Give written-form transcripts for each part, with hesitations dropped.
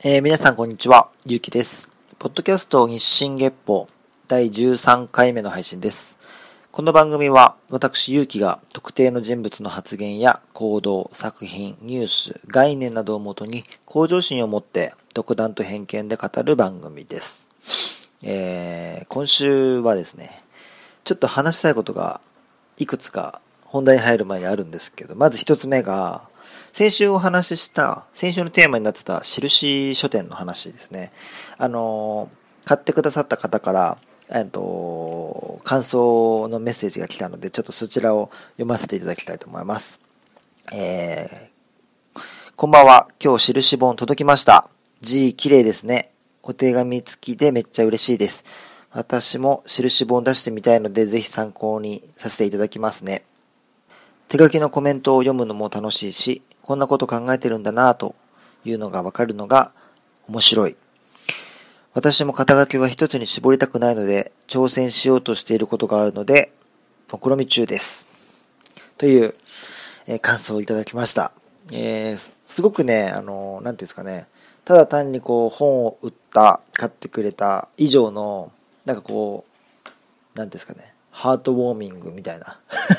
皆さんこんにちは、ゆうきです。ポッドキャスト日進月報第13回目の配信です。この番組は私ゆうきが特定の人物の発言や行動、作品、ニュース、概念などをもとに向上心を持って独断と偏見で語る番組です。今週はですね、ちょっと話したいことがいくつか本題に入る前にあるんですけど、まず一つ目が、先週お話しした、先週のテーマになってた印書店の話ですね。買ってくださった方から、感想のメッセージが来たので、ちょっとそちらを読ませていただきたいと思います。こんばんは。今日印本届きました。字綺麗ですね。お手紙付きでめっちゃ嬉しいです。私も印本出してみたいので、ぜひ参考にさせていただきますね。手書きのコメントを読むのも楽しいし、こんなこと考えてるんだなぁというのがわかるのが面白い。私も肩書きは一つに絞りたくないので、挑戦しようとしていることがあるので、目論み中です。という、感想をいただきました。すごくね、なんていうんですかね、ただ単にこう本を売った、買ってくれた以上の、なんかこう、なんていうんですかね、ハートウォーミングみたいな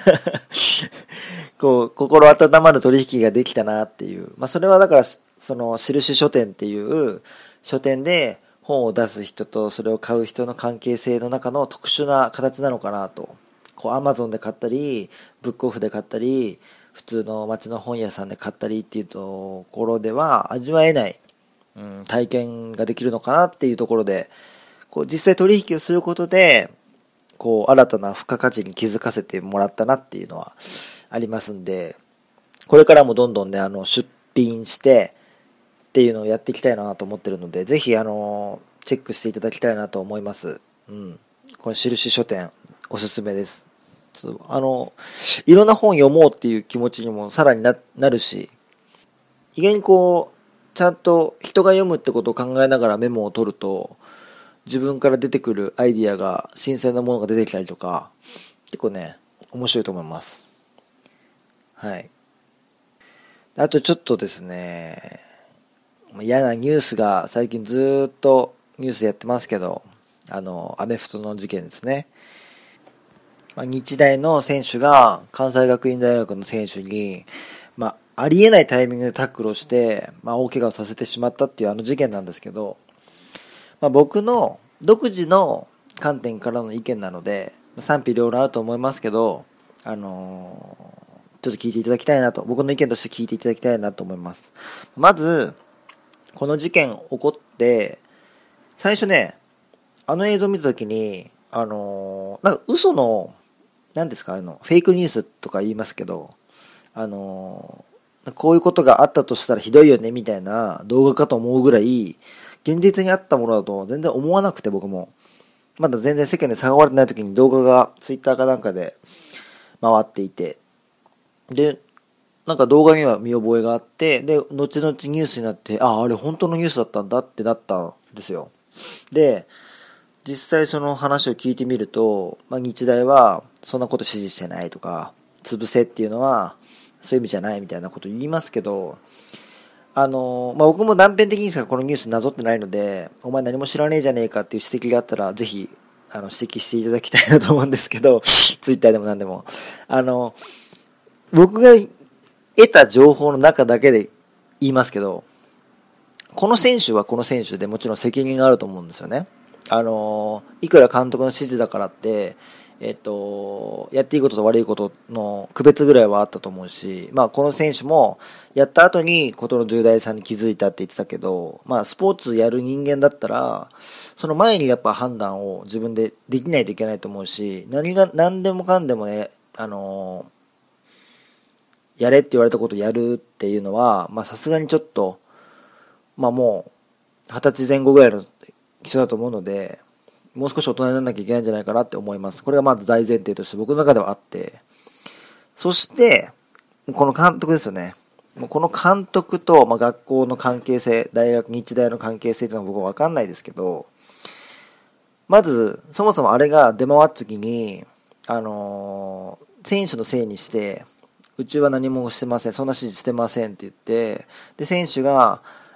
こう心温まる取引ができたなっていう、それはだからその印書店っていう書店で本を出す人とそれを買う人の関係性の中の特殊な形なのかなと。こう Amazon で買ったりブックオフで買ったり普通の街の本屋さんで買ったりっていうところでは味わえない、体験ができるのかなっていうところで、こう実際取引をすることでこう新たな付加価値に気づかせてもらったなっていうのはありますんで、これからもどんどんね出品してっていうのをやっていきたいなと思ってるので、ぜひチェックしていただきたいなと思います。これ印書店おすすめです。いろんな本読もうっていう気持ちにもさらに なるし、意外にこうちゃんと人が読むってことを考えながらメモを取ると自分から出てくるアイディアが新鮮なものが出てきたりとか、結構ね面白いと思います。はい。あとちょっとですね、嫌なニュースが最近ずっとニュースやってますけど、アメフトの事件ですね。日大の選手が関西学院大学の選手に、ありえないタイミングでタックルをして、大怪我をさせてしまったっていう事件なんですけど、僕の独自の観点からの意見なので、賛否両論あると思いますけど、ちょっと聞いていただきたいなと、僕の意見として聞いていただきたいなと思います。まず、この事件起こって、最初ね、映像を見たときに、なんか嘘の、何ですか、フェイクニュースとか言いますけど、こういうことがあったとしたらひどいよね、みたいな動画かと思うぐらい、現実にあったものだと全然思わなくて、僕も。まだ全然世間で騒がれてない時に動画がツイッターかなんかで回っていて、で、なんか動画には見覚えがあって、で、後々ニュースになって、あれ本当のニュースだったんだってなったんですよ。で、実際その話を聞いてみると、日大はそんなこと指示してないとか、潰せっていうのはそういう意味じゃないみたいなこと言いますけど、僕も断片的にしかこのニュースなぞってないので、お前何も知らねえじゃねえかっていう指摘があったら、ぜひ、指摘していただきたいなと思うんですけど、ツイッターでも何でも。僕が得た情報の中だけで言いますけど、この選手はこの選手でもちろん責任があると思うんですよね。いくら監督の指示だからって、やっていいことと悪いことの区別ぐらいはあったと思うし、この選手もやった後にことの重大さに気づいたって言ってたけど、スポーツやる人間だったら、その前にやっぱ判断を自分でできないといけないと思うし、何でもかんでもね、やれって言われたことをやるっていうのは、さすがにちょっと、もう、20歳前後ぐらいの人だと思うので、もう少し大人にならなきゃいけないんじゃないかなって思います。これがまず大前提として僕の中ではあって、そして、この監督ですよね。この監督と、学校の関係性、日大の関係性というのは僕は分かんないですけど、まず、そもそもあれが出回った時に、選手のせいにして、うちは何もしてません、そんな指示してませんって言って、で、選手が、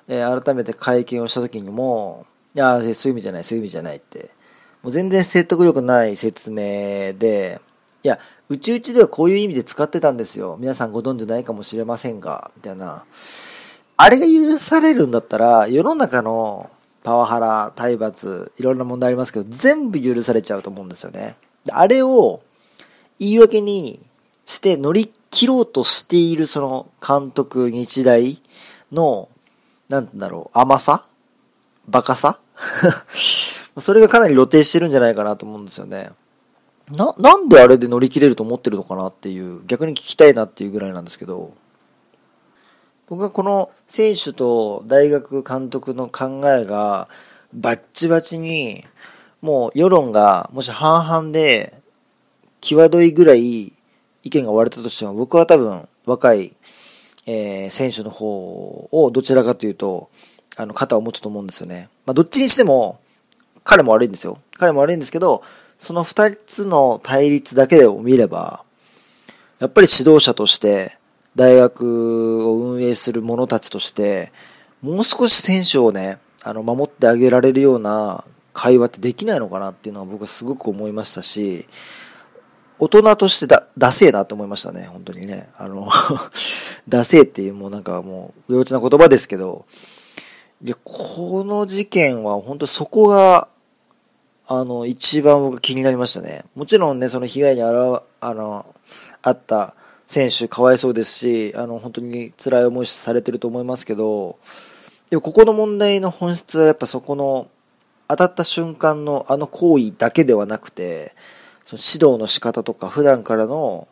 改めて会見をした時にも、いや、そういう意味じゃない、そういう意味じゃないって、もう全然説得力ない説明で、いや、うちではこういう意味で使ってたんですよ。皆さんご存知ないかもしれませんが、みたいな。あれが許されるんだったら、世の中のパワハラ、体罰、いろんな問題ありますけど、全部許されちゃうと思うんですよね。あれを言い訳にして乗り切ろうとしているその監督、日大の、なんて言うんだろう、甘さバカさそれがかなり露呈してるんじゃないかなと思うんですよね。なんであれで乗り切れると思ってるのかなっていう、逆に聞きたいなっていうぐらいなんですけど、僕はこの選手と大学監督の考えがバッチバチに、もう世論がもし半々で際どいぐらい意見が割れたとしても、僕は多分若い、選手の方をどちらかというと肩を持つと思うんですよね。どっちにしても彼も悪いんですよ。彼も悪いんですけど、その二つの対立だけを見れば、やっぱり指導者として大学を運営する者たちとしてもう少し選手をね守ってあげられるような会話ってできないのかなっていうのは僕はすごく思いましたし、大人としてダセえなと思いましたね。本当にねダセえっていうもうなんかもう幼稚な言葉ですけど、いやこの事件は本当そこが一番僕気になりましたね。もちろんねその被害にあった選手かわいそうですし、本当に辛い思いされてると思いますけど、でもここの問題の本質はやっぱそこの当たった瞬間の行為だけではなくて、その指導の仕方とか普段からの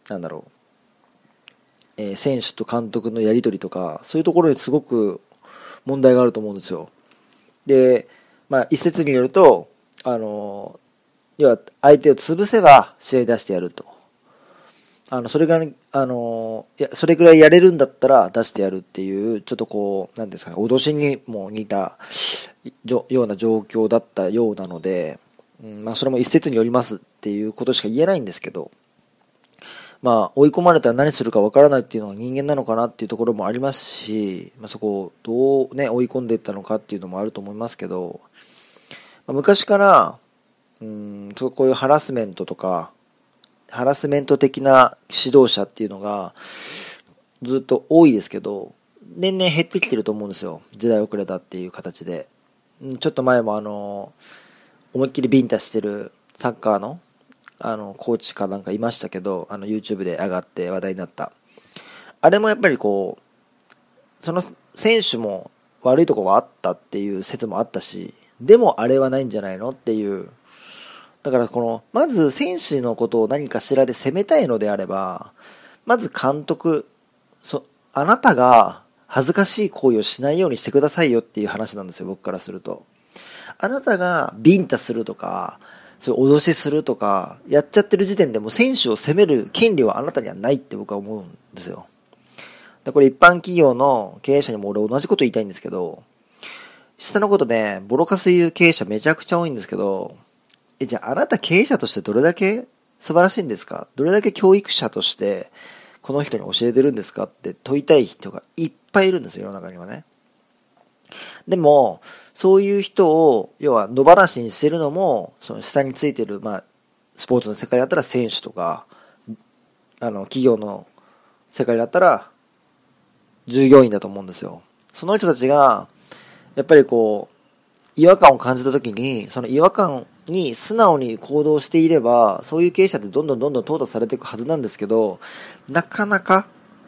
選手と監督のやり取りとか、そういうところにすごく問題があると思うんですよ。で、一説によると要は相手を潰せば試合出してやると。それが、それぐらいやれるんだったら出してやるっていう、ちょっとこう、なんですかね、脅しにも似たような状況だったようなので、それも一説によりますっていうことしか言えないんですけど、追い込まれたら何するかわからないっていうのが人間なのかなっていうところもありますし、そこをどうね、追い込んでいったのかっていうのもあると思いますけど、昔から、こういうハラスメントとか、ハラスメント的な指導者っていうのがずっと多いですけど、年々減ってきてると思うんですよ。時代遅れたっていう形で。ちょっと前も思いっきりビンタしてるサッカーのコーチかなんかいましたけど、YouTube で上がって話題になった。あれもやっぱりこう、その選手も悪いところはあったっていう説もあったし、でもあれはないんじゃないのっていう。だからまず選手のことを何かしらで責めたいのであれば、まず監督、あなたが恥ずかしい行為をしないようにしてくださいよっていう話なんですよ、僕からすると。あなたがビンタするとか、そういう脅しするとか、やっちゃってる時点でもう選手を責める権利はあなたにはないって僕は思うんですよ。これ一般企業の経営者にも俺同じこと言いたいんですけど、下のことね、ボロカス言う経営者めちゃくちゃ多いんですけど、じゃああなた経営者としてどれだけ素晴らしいんですか？どれだけ教育者としてこの人に教えてるんですかって問いたい人がいっぱいいるんですよ、世の中にはね。でもそういう人を要は野放しにしてるのも、その下についてるスポーツの世界だったら選手とか、企業の世界だったら従業員だと思うんですよ。その人たちがやっぱりこう違和感を感じたときに、その違和感に素直に行動していれば、そういう経営者ってどんどん淘汰されていくはずなんですけど、なかなか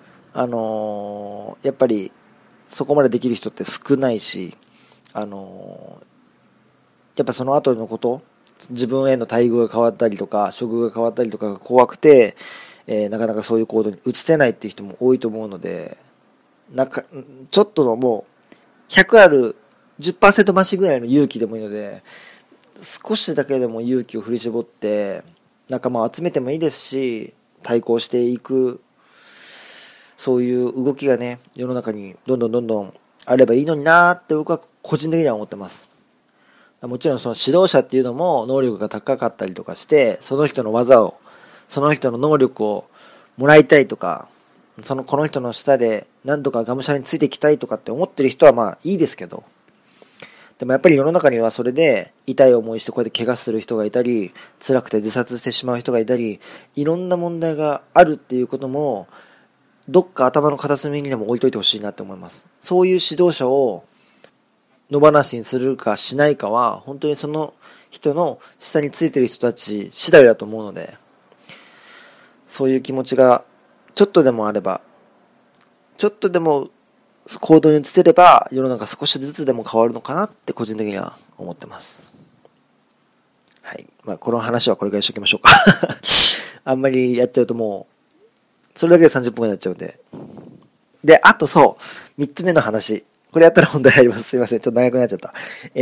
やっぱりそこまでできる人って少ないし、やっぱその後のこと、自分への待遇が変わったりとか、処遇が変わったりとかが怖くて、なかなかそういう行動に移せないっていう人も多いと思うので、ちょっとのもう100ある 10% 増しぐらいの勇気でもいいので、少しだけでも勇気を振り絞って仲間を集めてもいいですし、対抗していく、そういう動きがね、世の中にどんどんあればいいのになーって僕は個人的には思ってます。もちろんその指導者っていうのも能力が高かったりとかして、その人の技を、その人の能力をもらいたいとか、 この人の下で何とかがむしゃらについていきたいとかって思ってる人はまあいいですけど、でもやっぱり世の中にはそれで痛い思いしてこうやって怪我する人がいたり、辛くて自殺してしまう人がいたり、いろんな問題があるっていうことも、どっか頭の片隅にでも置いといてほしいなって思います。そういう指導者を野放しにするかしないかは、本当にその人の下についてる人たち次第だと思うので、そういう気持ちがちょっとでもあれば、ちょっとでも行動に移せれば世の中少しずつでも変わるのかなって個人的には思ってます。はい。まあこの話はこれぐらいにしときましょうか。あんまりやっちゃうともう、それだけで30分ぐらいになっちゃうんで。で、あとそう、3つ目の話。これやったら本題入ります。すいません。ちょっと長くなっちゃった。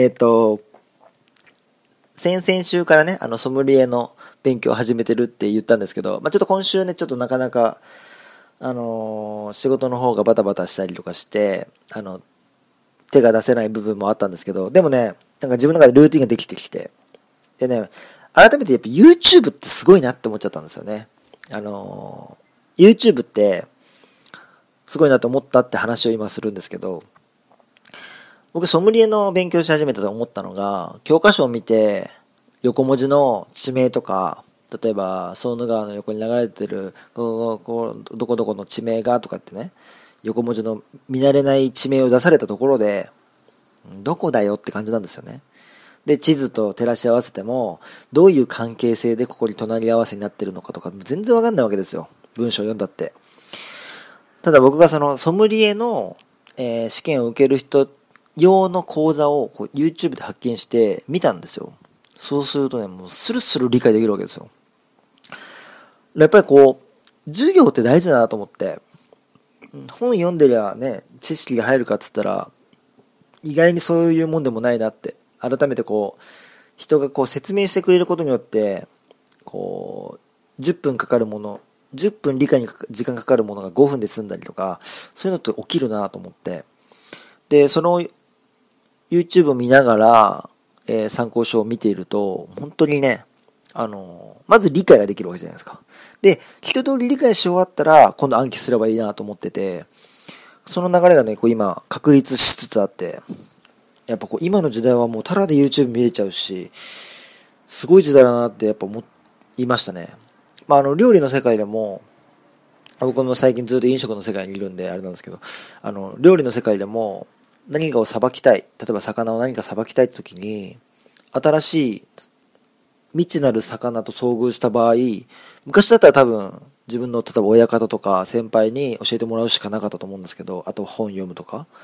先々週からね、ソムリエの勉強を始めてるって言ったんですけど、まあちょっと今週ね、ちょっとなかなか、仕事の方がバタバタしたりとかして、手が出せない部分もあったんですけど、でもね、なんか自分の中でルーティンができてきて、でね、改めてやっぱ YouTube ってすごいなって思っちゃったんですよね。YouTube って、すごいなと思ったって話を今するんですけど、僕ソムリエの勉強し始めたと思ったのが、教科書を見て横文字の地名とか、例えばソーヌ川の横に流れてるどこどこの地名がとかってね、横文字の見慣れない地名を出されたところで、どこだよって感じなんですよね。で、地図と照らし合わせても、どういう関係性でここに隣り合わせになってるのかとか全然わかんないわけですよ。文章を読んだって。ただ僕がそのソムリエの、試験を受ける人用の講座をこう YouTube で発見して見たんですよ。そうするとね、もうスルスル理解できるわけですよ。やっぱりこう、授業って大事だなと思って、本読んでりゃね、知識が入るかっつったら、意外にそういうもんでもないなって、改めてこう、人がこう説明してくれることによって、こう、10分かかるもの、10分理解に時間かかるものが5分で済んだりとか、そういうのって起きるなと思って、で、その YouTube を見ながら、参考書を見ていると、本当にね、まず理解ができるわけじゃないですか。で、一通り理解し終わったら、今度暗記すればいいなと思ってて、その流れがね、こう今、確立しつつあって、やっぱこう今の時代はもうタダで YouTube 見れちゃうし、すごい時代だなってやっぱ思いましたね。まあ料理の世界でも、僕も最近ずっと飲食の世界にいるんであれなんですけど、料理の世界でも何かをさばきたい、例えば魚を何かさばきたいって時に、新しい未知なる魚と遭遇した場合、昔だったら多分自分の例えば親方とか先輩に教えてもらうしかなかったと思うんですけど、あと本読むとか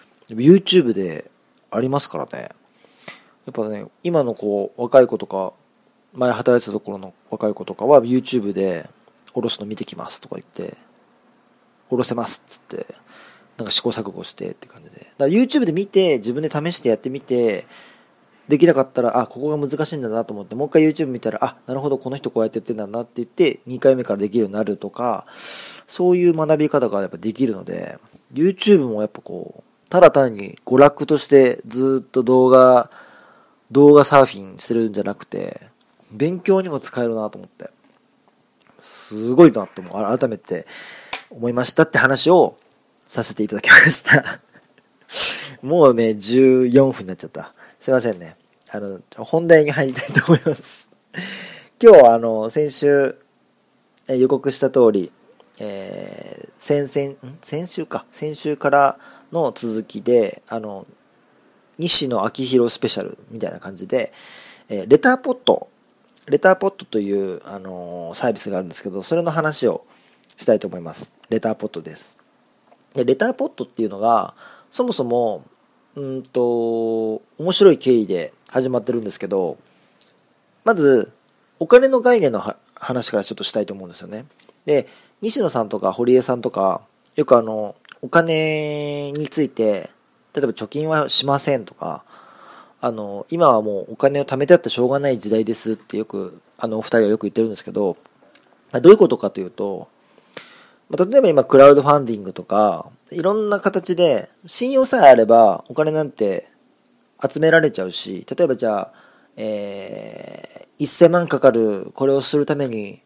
YouTube でありますからね。やっぱね、今のこう若い子とか、前働いてたところの若い子とかは YouTube でおろすの見てきますとか言っておろせますっつってなんか試行錯誤してって感じで、だから YouTube で見て自分で試してやってみて、できなかったら、あ、ここが難しいんだなと思って、もう一回 YouTube 見たら、あ、なるほど、この人こうやってやってんだなって言って、2回目からできるようになるとか、そういう学び方がやっぱできるので、YouTube もやっぱこう、ただ単に娯楽としてずっと動画サーフィンするんじゃなくて、勉強にも使えるなと思って、すごいなって改めて思いましたって話をさせていただきました。もうね、14分になっちゃった。すいませんね。本題に入りたいと思います。今日は先週、予告した通り、先週からの続きで、西野昭弘スペシャルみたいな感じで、レターポットという、サービスがあるんですけど、それの話をしたいと思います。レターポットです。で、レターポットっていうのが、そもそも、面白い経緯で始まってるんですけど、まず、お金の概念の話からちょっとしたいと思うんですよね。で、西野さんとか堀江さんとか、よくお金について、例えば貯金はしませんとか、今はもうお金を貯めてあってしょうがない時代ですってよく、お二人はよく言ってるんですけど、どういうことかというと、例えば今クラウドファンディングとかいろんな形で信用さえあればお金なんて集められちゃうし、例えばじゃあ、1000万かかるこれをするために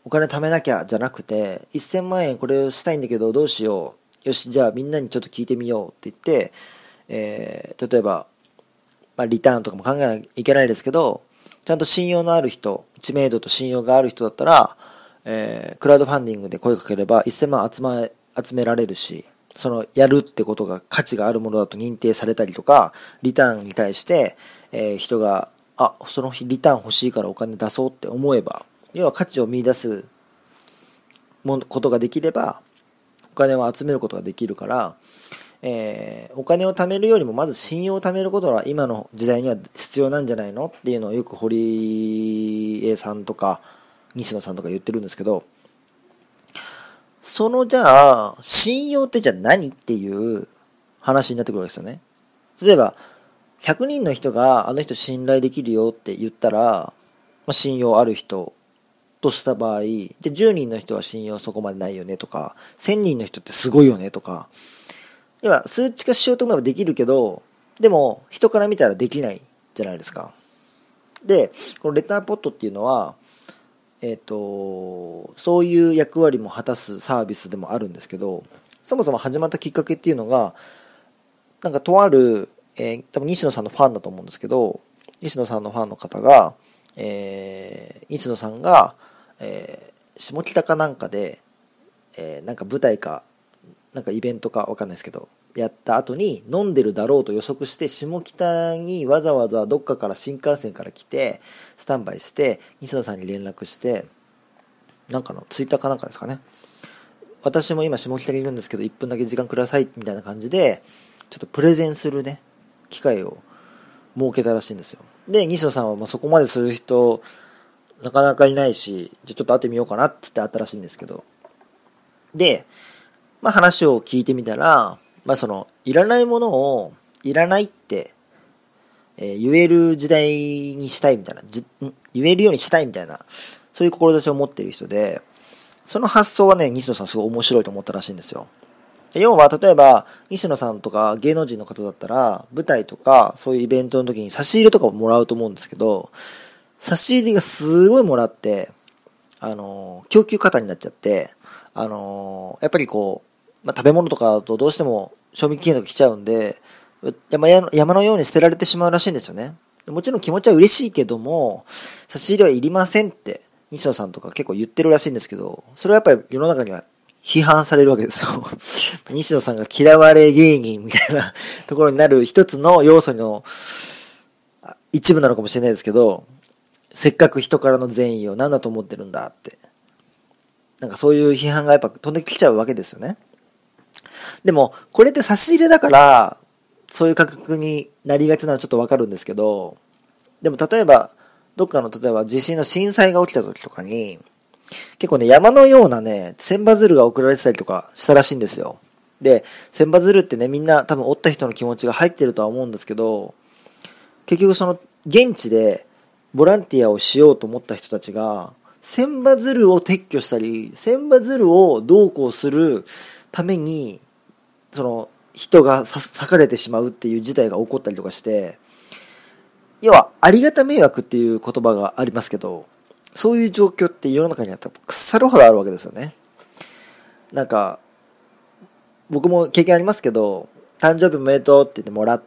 お金貯めなきゃじゃなくて、1000万円これをしたいんだけどどうしよう。よし、じゃあみんなにちょっと聞いてみようって言って、例えば、リターンとかも考えなきゃいけないですけど、ちゃんと信用のある人、知名度と信用がある人だったら、クラウドファンディングで声かければ1000万集められるし、そのやるってことが価値があるものだと認定されたりとか、リターンに対して、人がそのリターン欲しいからお金出そうって思えば、要は価値を見出すことができればお金を集めることができるから、お金を貯めるよりもまず信用を貯めることが今の時代には必要なんじゃないのっていうのをよく堀江さんとか西野さんとか言ってるんですけど、そのじゃあ信用ってじゃあ何っていう話になってくるわけですよね。例えば100人の人があの人信頼できるよって言ったら、信用ある人とした場合、じゃあ10人の人は信用そこまでないよねとか、1000人の人ってすごいよねとか、要は数値化しようと思えばできるけど、でも人から見たらできないじゃないですか。で、このレターポットっていうのは、そういう役割も果たすサービスでもあるんですけど、そもそも始まったきっかけっていうのが、なんかとある、多分西野さんのファンだと思うんですけど、西野さんのファンの方が、西野さんが、下北かなんかで、なんか舞台かなんかイベントかわかんないですけどやった後に飲んでるだろうと予測して、下北にわざわざどっかから新幹線から来てスタンバイして西野さんに連絡して、なんかのツイッターかなんかですかね、私も今下北にいるんですけど1分だけ時間くださいみたいな感じでちょっとプレゼンするね機会を設けたらしいんですよ。で西野さんはそこまでする人なかなかいないし、じゃちょっと会ってみようかなっつって会ったらしいんですけど、で話を聞いてみたら、そのいらないものをいらないって、言える時代にしたいみたいな、言えるようにしたいみたいな、そういう志を持っている人で、その発想はね西野さんすごい面白いと思ったらしいんですよ。要は例えば西野さんとか芸能人の方だったら舞台とかそういうイベントの時に差し入れとかをもらうと思うんですけど、差し入れがすごいもらって供給過多になっちゃって、やっぱりこう、食べ物とかだとどうしても賞味期限とか来ちゃうんで、山のように捨てられてしまうらしいんですよね。もちろん気持ちは嬉しいけども、差し入れはいりませんって西野さんとか結構言ってるらしいんですけど、それはやっぱり世の中には批判されるわけですよ。西野さんが嫌われ芸人みたいなところになる一つの要素の一部なのかもしれないですけど、せっかく人からの善意を何だと思ってるんだって、なんかそういう批判がやっぱ飛んできちゃうわけですよね。でもこれって差し入れだからそういう感覚になりがちなのはちょっとわかるんですけど、でも例えばどっかの例えば地震の震災が起きた時とかに結構ね山のようなね千羽鶴が送られてたりとかしたらしいんですよ。で千羽鶴ってねみんな多分折った人の気持ちが入ってるとは思うんですけど、結局その現地でボランティアをしようと思った人たちが千羽鶴を撤去したり千羽鶴をどうこうするためにその人が裂かれてしまうっていう事態が起こったりとかして、要はありがた迷惑っていう言葉がありますけど、そういう状況って世の中には腐るほどあるわけですよね。なんか僕も経験ありますけど、誕生日おめでとうって言ってもらって、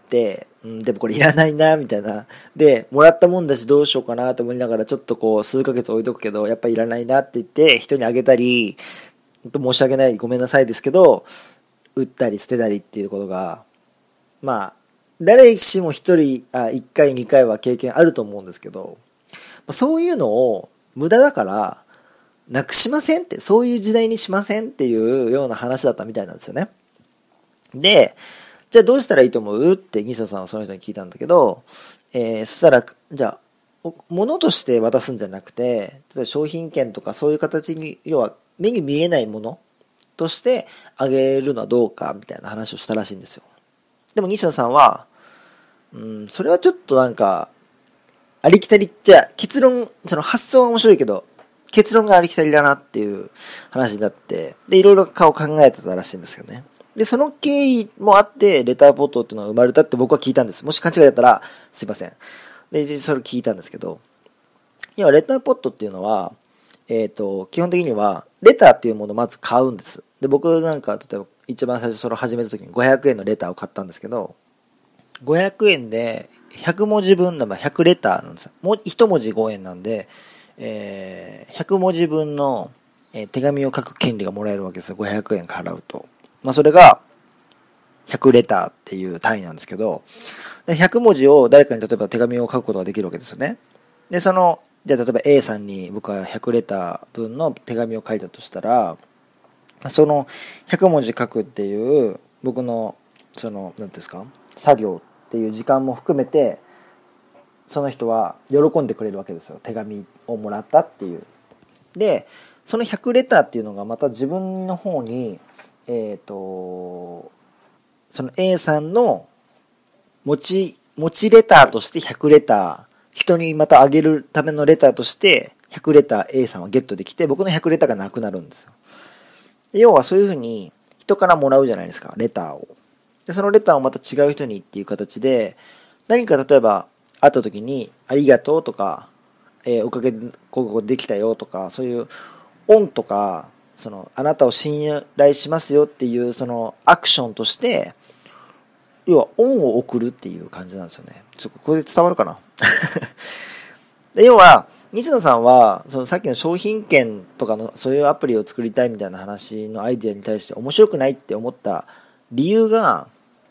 でもこれいらないなみたいな、でもらったもんだしどうしようかなと思いながらちょっとこう数ヶ月置いとくけどやっぱいらないなって言って人にあげたり、本当申し訳ないごめんなさいですけど売ったり捨てたりっていうことが誰しも1回2回は経験あると思うんですけど、そういうのを無駄だからなくしませんって、そういう時代にしませんっていうような話だったみたいなんですよね。でじゃあどうしたらいいと思うって西野さんはその人に聞いたんだけど、そしたらじゃあ物として渡すんじゃなくて、例えば商品券とかそういう形に、要は目に見えないものとしてあげるのはどうかみたいな話をしたらしいんですよ。でも西野さんはそれはちょっとなんかありきたりじゃ結論、その発想は面白いけど結論がありきたりだなっていう話になって、でいろいろ考えてたらしいんですよね。でその経緯もあってレターポットっていうのが生まれたって僕は聞いたんです。もし勘違いだったらすいません。でそれ聞いたんですけど、要はレターポットっていうのは、 基本的には、レターっていうものをまず買うんです。で、僕なんか、例えば、一番最初それを始めた時に500円のレターを買ったんですけど、500円で100文字分、100レターなんですよ。もう1文字5円なんで、100文字分の手紙を書く権利がもらえるわけですよ。500円払うと。それが100レターっていう単位なんですけど、100文字を誰かに例えば手紙を書くことができるわけですよね。で、じゃあ例えば A さんに僕は100レター分の手紙を書いたとしたら、その100文字書くっていう僕の何ですか、作業っていう時間も含めて、その人は喜んでくれるわけですよ。手紙をもらったっていう。で、その100レターっていうのがまた自分の方に、その A さんの持ちレターとして100レター、人にまたあげるためのレターとして100レター A さんはゲットできて、僕の100レターがなくなるんですよ。で、要はそういうふうに人からもらうじゃないですか、レターを。で、そのレターをまた違う人にっていう形で、何か例えば会った時にありがとうとか、おかげでこうできたよとか、そういう恩とか、あなたを信頼しますよっていうアクションとして、要は恩を送るっていう感じなんですよね。これで伝わるかなで、要は西野さんはさっきの商品券とかのそういうアプリを作りたいみたいな話のアイデアに対して面白くないって思った理由が、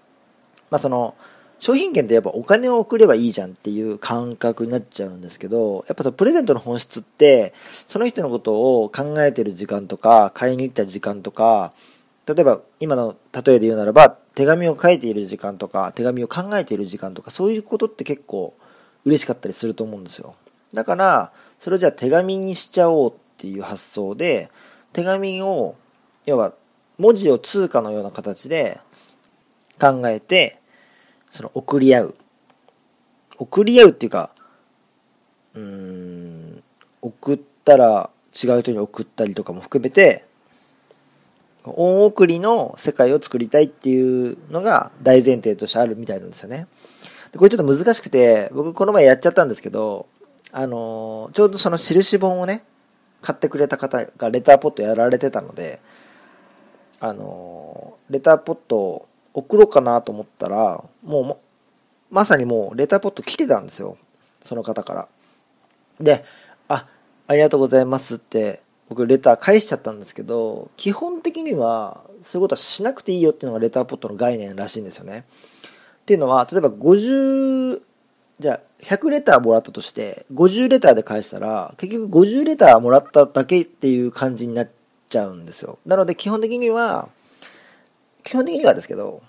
商品券ってやっぱお金を送ればいいじゃんっていう感覚になっちゃうんですけど、やっぱプレゼントの本質ってその人のことを考えてる時間とか、買いに行った時間とか、例えば今の例えで言うならば手紙を書いている時間とか、手紙を考えている時間とか、そういうことって結構嬉しかったりすると思うんですよ。だからそれをじゃあ手紙にしちゃおうっていう発想で、手紙を要は文字を通貨のような形で考えて、送り合うっていうか、送ったら違う人に送ったりとかも含めて、恩送りの世界を作りたいっていうのが大前提としてあるみたいなんですよね。でこれちょっと難しくて、僕この前やっちゃったんですけど、ちょうどその印本をね買ってくれた方がレターポットやられてたので、レターポットを送ろうかなと思ったら、まさにもうレターポット来てたんですよ、その方から。で、ありがとうございますって僕レター返しちゃったんですけど、基本的にはそういうことはしなくていいよっていうのがレターポットの概念らしいんですよね。っていうのは、例えばじゃあ100レターもらったとして50レターで返したら、結局50レターもらっただけっていう感じになっちゃうんですよ。なので基本的にはですけど、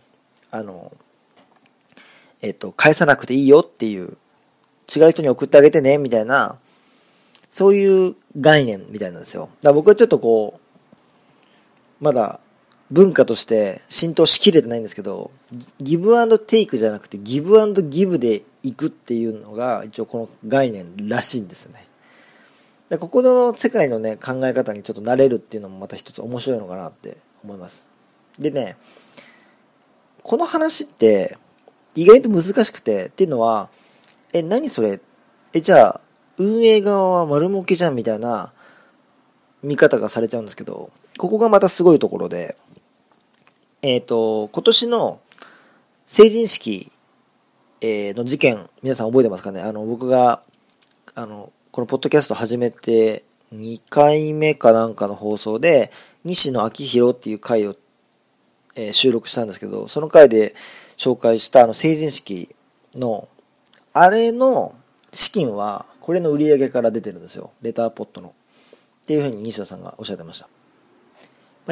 返さなくていいよっていう、違う人に送ってあげてねみたいな、そういう概念みたいなんですよ。だから僕はちょっとまだ文化として浸透しきれてないんですけど、ギブアンドテイクじゃなくてギブアンドギブでいくっていうのが一応この概念らしいんですよね。でここの世界のね考え方にちょっと慣れるっていうのもまた一つ面白いのかなって思います。でね、この話って意外と難しくて、っていうのは、何それ、じゃあ運営側は丸儲けじゃんみたいな見方がされちゃうんですけど、ここがまたすごいところで、今年の成人式の事件、皆さん覚えてますかね。僕がこのポッドキャスト始めて2回目かなんかの放送で西野昭弘っていう回を、収録したんですけど、その回で紹介した成人式のあれの資金はこれの売り上げから出てるんですよ、レターポットのっていうふうに西田さんがおっしゃってました。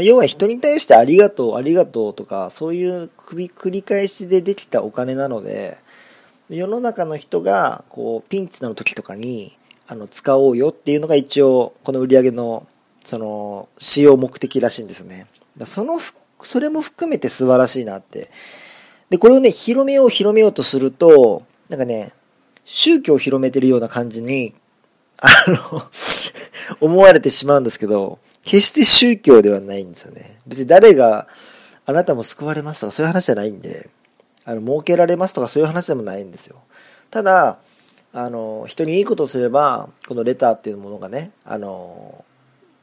要は人に対してありがとうありがとうとか、そういう繰り返しでできたお金なので、世の中の人がピンチの時とかに使おうよっていうのが一応この売り上げの使用目的らしいんですよね。それも含めて素晴らしいなって。でこれをね広めようとすると、なんかね宗教を広めてるような感じに思われてしまうんですけど、決して宗教ではないんですよね。別に誰があなたも救われますとかそういう話じゃないんで、儲けられますとかそういう話でもないんですよ。ただ人にいいことをすればこのレターっていうものがね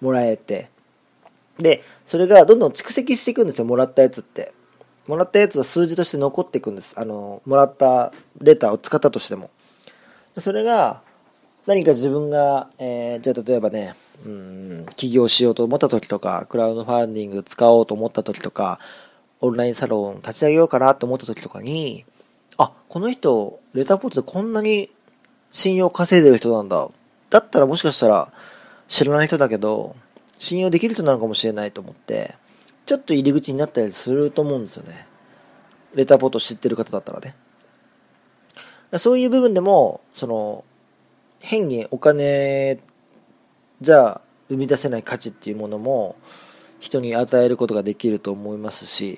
もらえて、でそれがどんどん蓄積していくんですよ。もらったやつは数字として残っていくんです。もらったレターを使ったとしても、それが何か自分が、じゃあ例えばね、起業しようと思った時とか、クラウドファンディング使おうと思った時とか、オンラインサロン立ち上げようかなと思った時とかに、この人レターポットでこんなに信用稼いでる人なんだ、だったらもしかしたら知らない人だけど信用できる人なのかもしれないと思って、ちょっと入り口になったりすると思うんですよね。レターポットを知ってる方だったらね。そういう部分でも変にお金じゃ生み出せない価値っていうものも人に与えることができると思いますし、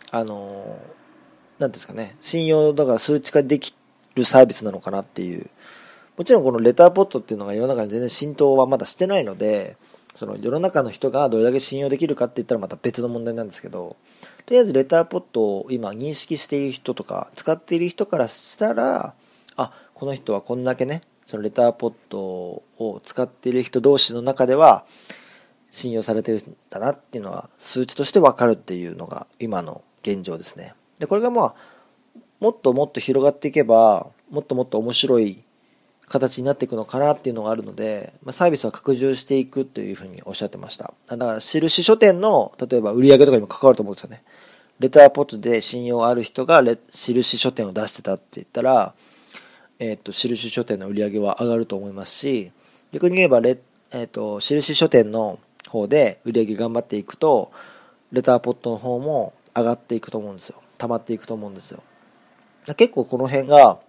なんですかね、信用だから数値化できるサービスなのかなっていう。もちろんこのレターポットっていうのが世の中に全然浸透はまだしてないので、その世の中の人がどれだけ信用できるかって言ったらまた別の問題なんですけど、とりあえずレターポットを今認識している人とか使っている人からしたら、この人はこんだけね、そのレターポットを使っている人同士の中では信用されてるんだなっていうのは数値として分かるっていうのが今の現状ですね。でこれがもっともっと広がっていけばもっともっと面白い形になっていくのかなっていうのがあるので、サービスは拡充していくというふうにおっしゃってました。だから印書店の例えば売り上げとかにも関わると思うんですよね。レターポットで信用ある人が印書店を出してたって言ったら、印書店の売り上げは上がると思いますし、逆に言えば印書店の方で売り上げ頑張っていくとレターポットの方も上がっていくと思うんですよ。溜まっていくと思うんですよ。結構この辺が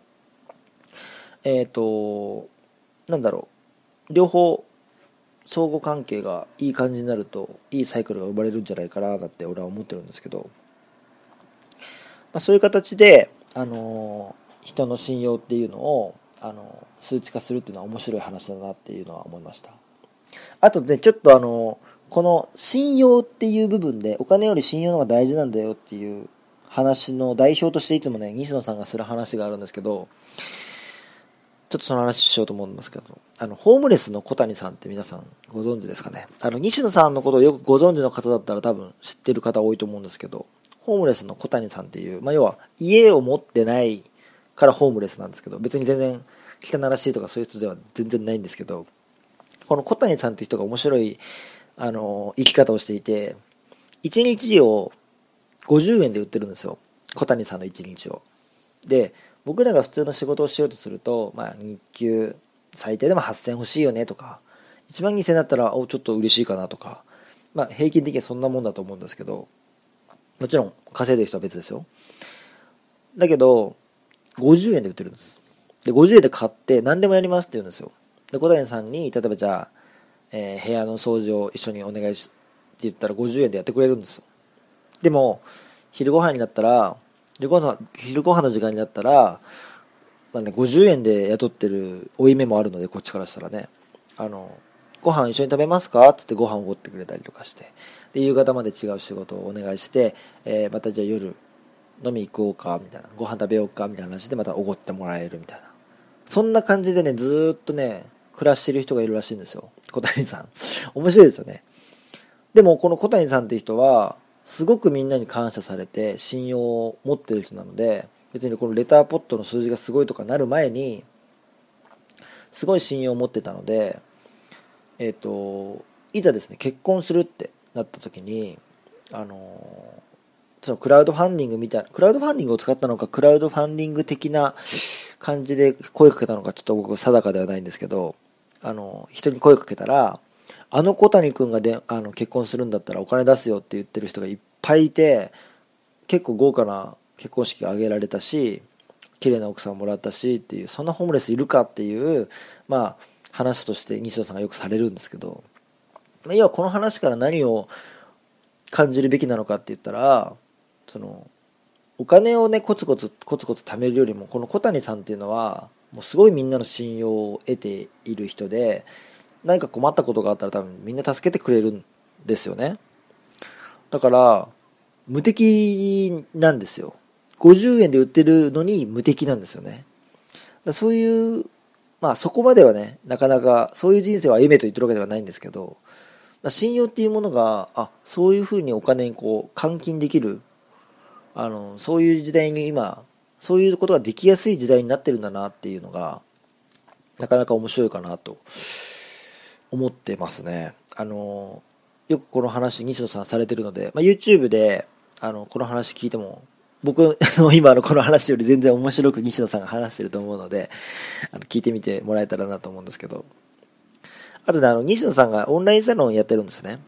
両方相互関係がいい感じになるといいサイクルが生まれるんじゃないかなって俺は思ってるんですけど、そういう形で、人の信用っていうのを数値化するっていうのは面白い話だなっていうのは思いました。あとね、ちょっとこの信用っていう部分でお金より信用の方が大事なんだよっていう話の代表としていつもね西野さんがする話があるんですけど、ちょっとその話しようと思うんですけど、ホームレスの小谷さんって皆さんご存知ですかね。西野さんのことをよくご存知の方だったら多分知ってる方多いと思うんですけど、ホームレスの小谷さんっていう、要は家を持ってないからホームレスなんですけど、別に全然汚らしいとかそういう人では全然ないんですけど、この小谷さんっていう人が面白い生き方をしていて、1日を50円で売ってるんですよ、小谷さんの1日を。で僕らが普通の仕事をしようとすると、日給最低でも8000欲しいよねとか、1万2000だったらちょっと嬉しいかなとか、平均的にそんなもんだと思うんですけど、もちろん稼いでる人は別ですよ。だけど50円で売ってるんです。で50円で買って何でもやりますって言うんですよ。で小谷さんに例えばじゃあ、部屋の掃除を一緒にお願いしって言ったら50円でやってくれるんですよ。でも昼ご飯になったら昼ご飯の時間になったら、50円で雇ってる負い目もあるので、こっちからしたらね、ご飯一緒に食べますかってってご飯をおごってくれたりとかして、で夕方まで違う仕事をお願いして、またじゃあ夜飲み行こうかみたいな、ご飯食べようかみたいな話でまたおごってもらえるみたいな、そんな感じでねずーっとね暮らしてる人がいるらしいんですよ、小谷さん面白いですよね。でもこの小谷さんって人はすごくみんなに感謝されて信用を持ってる人なので、別にこのレターポットの数字がすごいとかなる前にすごい信用を持ってたので、いざですね結婚するってなった時にそのクラウドファンディングみたいな、クラウドファンディングを使ったのかクラウドファンディング的な感じで声かけたのかちょっと僕定かではないんですけど、人に声かけたら、小谷くんが結婚するんだったらお金出すよって言ってる人がいっぱいいて、結構豪華な結婚式が挙げられたし綺麗な奥さんもらったしっていう、そんなホームレスいるかっていう話として西野さんがよくされるんですけど、要はこの話から何を感じるべきなのかって言ったら、お金をねコツコツ貯めるよりも、この小谷さんっていうのはもうすごいみんなの信用を得ている人で、何か困ったことがあったら多分みんな助けてくれるんですよね。だから無敵なんですよ。50円で売ってるのに無敵なんですよね。そういうそこまではねなかなかそういう人生を歩めと言ってるわけではないんですけど、 信用っていうものが、そういうふうにお金に換金できる、そういう時代に今、そういうことができやすい時代になってるんだなっていうのが、なかなか面白いかなと思ってますね。よくこの話西野さんされてるので、YouTube でこの話聞いても僕の今のこの話より全然面白く西野さんが話してると思うので、聞いてみてもらえたらなと思うんですけど、あとね、西野さんがオンラインサロンやってるんですね。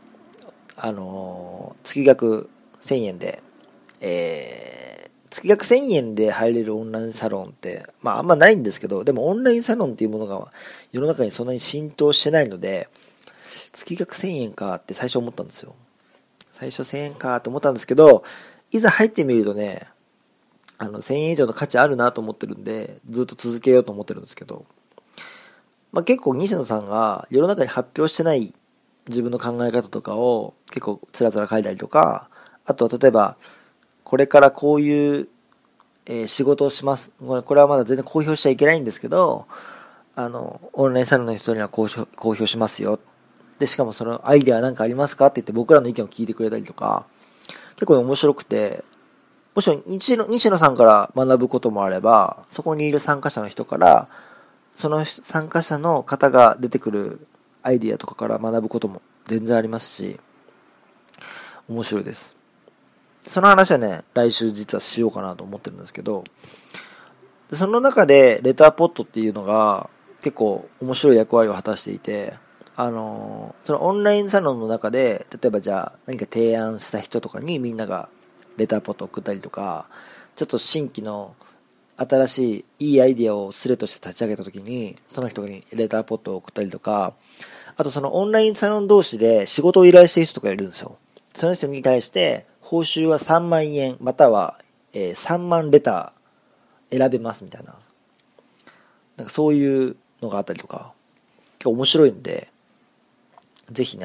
月額1000円で、月額1000円で入れるオンラインサロンって、あんまないんですけど、でもオンラインサロンっていうものが世の中にそんなに浸透してないので、月額1000円かって最初思ったんですよ。最初1000円かと思ったんですけど、いざ入ってみるとね、1000円以上の価値あるなと思ってるんで、ずっと続けようと思ってるんですけど、結構西野さんが世の中に発表してない自分の考え方とかを結構つらつら書いたりとか、あとは例えばこれからこういう、仕事をします。これはまだ全然公表しちゃいけないんですけど、オンラインサロンの人には公表しますよ。で、しかもそのアイデアなんかありますかって言って僕らの意見を聞いてくれたりとか、結構面白くて、もちろん西野さんから学ぶこともあれば、そこにいる参加者の人から、その参加者の方が出てくるアイディアとかから学ぶことも全然ありますし、面白いです。その話はね、来週実はしようかなと思ってるんですけど、その中でレターポットっていうのが結構面白い役割を果たしていて、そのオンラインサロンの中で、例えばじゃあ何か提案した人とかにみんながレターポットを送ったりとか、ちょっと新規の新しいいいアイディアをスレとして立ち上げた時にその人にレターポットを送ったりとか、あとそのオンラインサロン同士で仕事を依頼している人とかいるんですよ。その人に対して報酬は3万円または3万レター選べますみたいな、なんかそういうのがあったりとか、結構面白いんで、ぜひね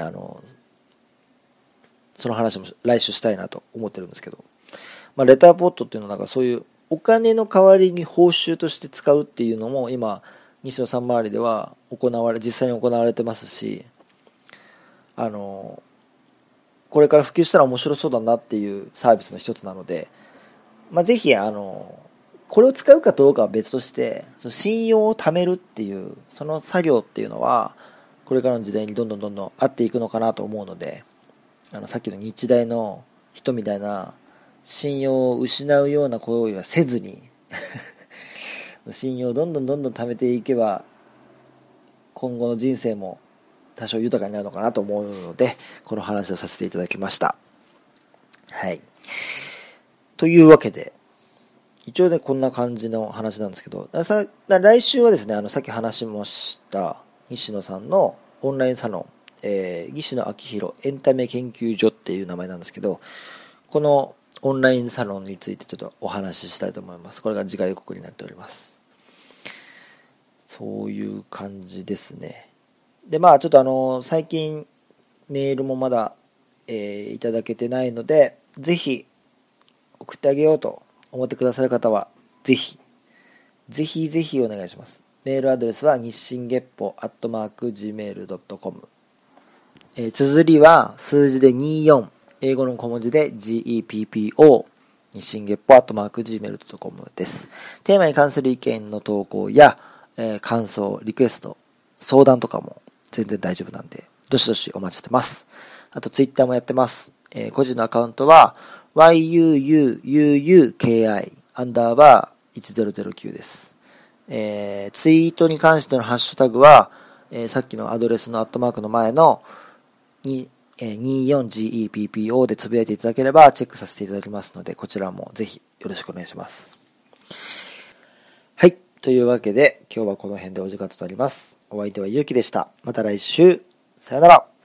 その話も来週したいなと思ってるんですけど、レターポットっていうのはなんかそういうお金の代わりに報酬として使うっていうのも今西野さん周りでは実際に行われてますし、これから普及したら面白そうだなっていうサービスの一つなので、ぜひこれを使うかどうかは別として、その信用を貯めるっていうその作業っていうのはこれからの時代にどんどん合っていくのかなと思うので、さっきの日大の人みたいな信用を失うような行為はせずに信用をどんどん貯めていけば今後の人生も多少豊かになるのかなと思うので、この話をさせていただきました。はい。というわけで、一応ねこんな感じの話なんですけど、来週はですね、さっき話もした西野さんのオンラインサロン、西野昭弘エンタメ研究所っていう名前なんですけど、このオンラインサロンについてちょっとお話ししたいと思います。これが次回予告になっております。そういう感じですね。でちょっと最近メールもまだ、いただけてないので、ぜひ送ってあげようと思ってくださる方はぜひお願いします。メールアドレスは日進月歩@gmail.com、綴りは数字で24、英語の小文字で GEPPO、日進月歩@gmail.com です。テーマに関する意見の投稿や、感想、リクエスト、相談とかも全然大丈夫なんで、どしどしお待ちしてます。あとツイッターもやってます。個人のアカウントは yuuuki_1009 です。ツイートに関してのハッシュタグは、さっきのアドレスのアットマークの前の24GEPPO でつぶやいていただければチェックさせていただきますので、こちらもぜひよろしくお願いします。はい。というわけで今日はこの辺でお時間となります。お相手はゆうきでした。また来週。さよなら。